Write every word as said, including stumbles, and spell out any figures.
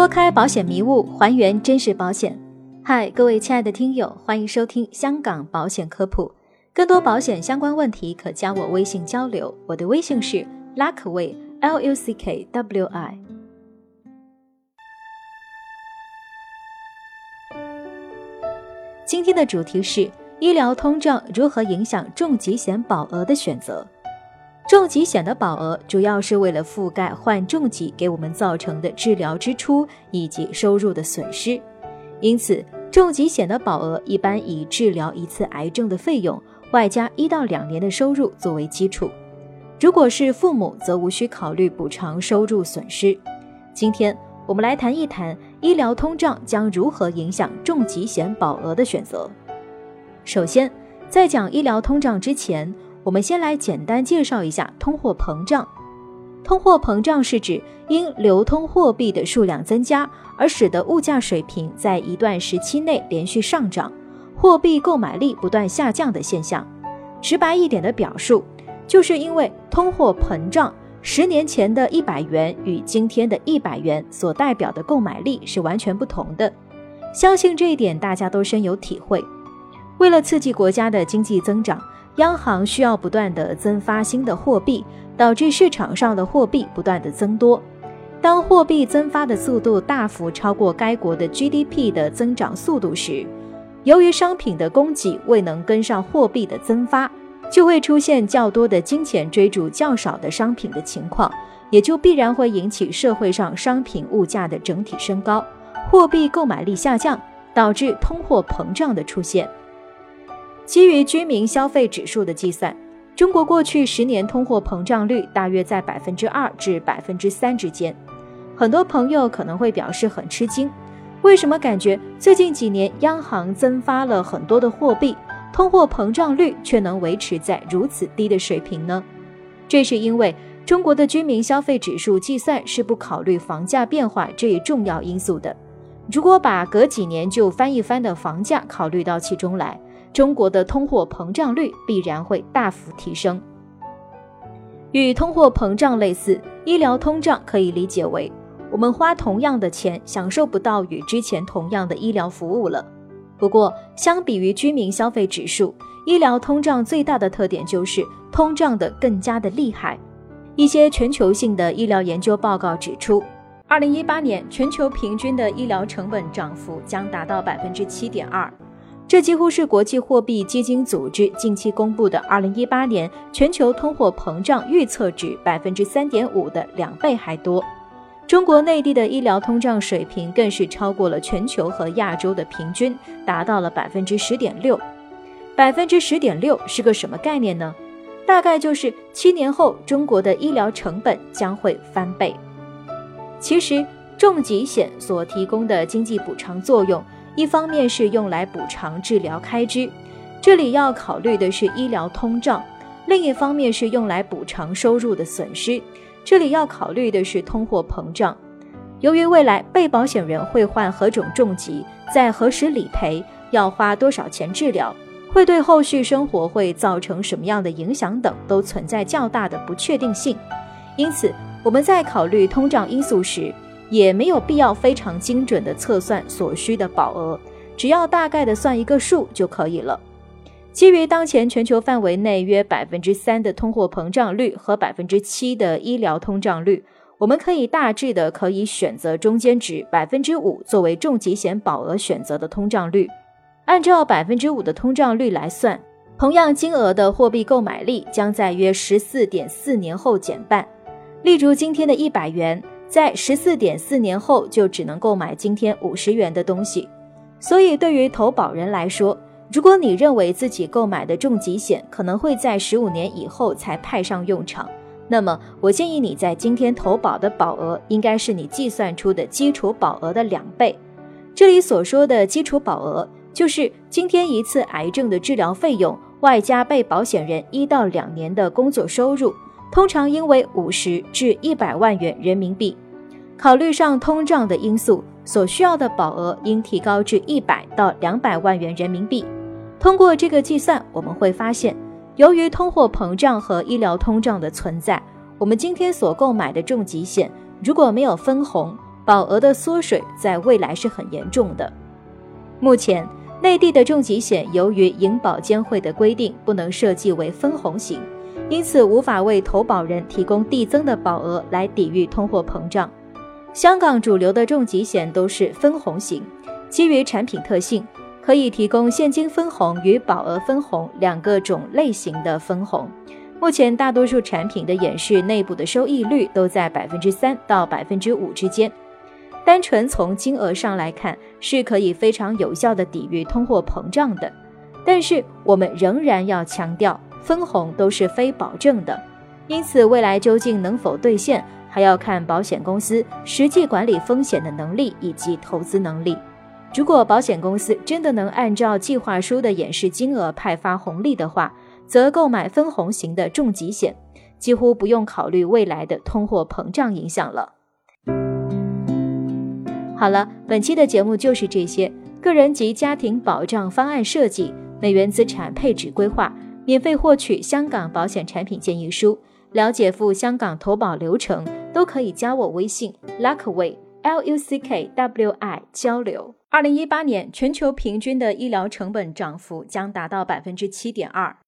拨开保险迷雾，还原真实保险。嗨，各位亲爱的听友，欢迎收听香港保险科普。更多保险相关问题可加我微信交流，我的微信是 Luckway L U C K W I。 今天的主题是医疗通胀如何影响重疾险保额的选择。重疾险的保额主要是为了覆盖患重疾给我们造成的治疗支出以及收入的损失，因此重疾险的保额一般以治疗一次癌症的费用外加一到两年的收入作为基础。如果是父母，则无需考虑补偿收入损失。今天我们来谈一谈医疗通胀将如何影响重疾险保额的选择。首先，在讲医疗通胀之前，我们先来简单介绍一下通货膨胀。通货膨胀是指因流通货币的数量增加而使得物价水平在一段时期内连续上涨，货币购买力不断下降的现象。直白一点的表述，就是因为通货膨胀，十年前的一百元与今天的一百元所代表的购买力是完全不同的。相信这一点大家都深有体会。为了刺激国家的经济增长，央行需要不断地增发新的货币，导致市场上的货币不断地增多。当货币增发的速度大幅超过该国的 G D P 的增长速度时，由于商品的供给未能跟上货币的增发，就会出现较多的金钱追逐较少的商品的情况，也就必然会引起社会上商品物价的整体升高，货币购买力下降，导致通货膨胀的出现。基于居民消费指数的计算，中国过去十年通货膨胀率大约在 百分之二 至 百分之三 之间。很多朋友可能会表示很吃惊，为什么感觉最近几年央行增发了很多的货币，通货膨胀率却能维持在如此低的水平呢？这是因为中国的居民消费指数计算是不考虑房价变化这一重要因素的。如果把隔几年就翻一番的房价考虑到其中来，中国的通货膨胀率必然会大幅提升。与通货膨胀类似，医疗通胀可以理解为我们花同样的钱享受不到与之前同样的医疗服务了。不过相比于居民消费指数，医疗通胀最大的特点就是通胀的更加的厉害。一些全球性的医疗研究报告指出，二零一八年全球平均的医疗成本涨幅将达到 百分之七点二，这几乎是国际货币基金组织近期公布的二零一八年全球通货膨胀预测值 百分之三点五 的两倍还多。中国内地的医疗通胀水平更是超过了全球和亚洲的平均，达到了 百分之十点六。 百分之十点六 是个什么概念呢？大概就是七年后中国的医疗成本将会翻倍。其实重疾险所提供的经济补偿作用，一方面是用来补偿治疗开支，这里要考虑的是医疗通胀；另一方面是用来补偿收入的损失，这里要考虑的是通货膨胀。由于未来被保险人会患何种重疾，在何时理赔，要花多少钱治疗，会对后续生活会造成什么样的影响等，都存在较大的不确定性。因此我们在考虑通胀因素时，也没有必要非常精准的测算所需的保额，只要大概的算一个数就可以了。基于当前全球范围内约 百分之三 的通货膨胀率和 百分之七 的医疗通胀率，我们可以大致的可以选择中间值 百分之五 作为重疾险保额选择的通胀率。按照 百分之五 的通胀率来算，同样金额的货币购买力将在约 十四点四 年后减半。例如今天的一百元，在 十四点四 年后就只能购买今天五十元的东西。所以对于投保人来说，如果你认为自己购买的重疾险可能会在十五年以后才派上用场，那么我建议你在今天投保的保额应该是你计算出的基础保额的两倍。这里所说的基础保额，就是今天一次癌症的治疗费用外加被保险人一到两年的工作收入，通常应为五十至一百万元人民币。考虑上通胀的因素，所需要的保额应提高至一百到两百万元人民币。通过这个计算，我们会发现，由于通货膨胀和医疗通胀的存在，我们今天所购买的重疾险如果没有分红， 保额的缩水在未来是很严重的。目前内地的重疾险由于银保监会的规定不能设计为分红型，因此无法为投保人提供递增的保额来抵御通货膨胀。香港主流的重疾险都是分红型，基于产品特性，可以提供现金分红与保额分红两个种类型的分红。目前大多数产品的演示内部的收益率都在 百分之三 到 百分之五 之间，单纯从金额上来看是可以非常有效的抵御通货膨胀的。但是我们仍然要强调，分红都是非保证的，因此未来究竟能否兑现，还要看保险公司实际管理风险的能力以及投资能力。如果保险公司真的能按照计划书的演示金额派发红利的话，则购买分红型的重疾险，几乎不用考虑未来的通货膨胀影响了。好了，本期的节目就是这些。个人及家庭保障方案设计、美元资产配置规划，免费获取香港保险产品建议书，了解赴香港投保流程，都可以加我微信 Luckway L U C K W I 交流。二零一八年全球平均的医疗成本涨幅将达到 百分之七点二。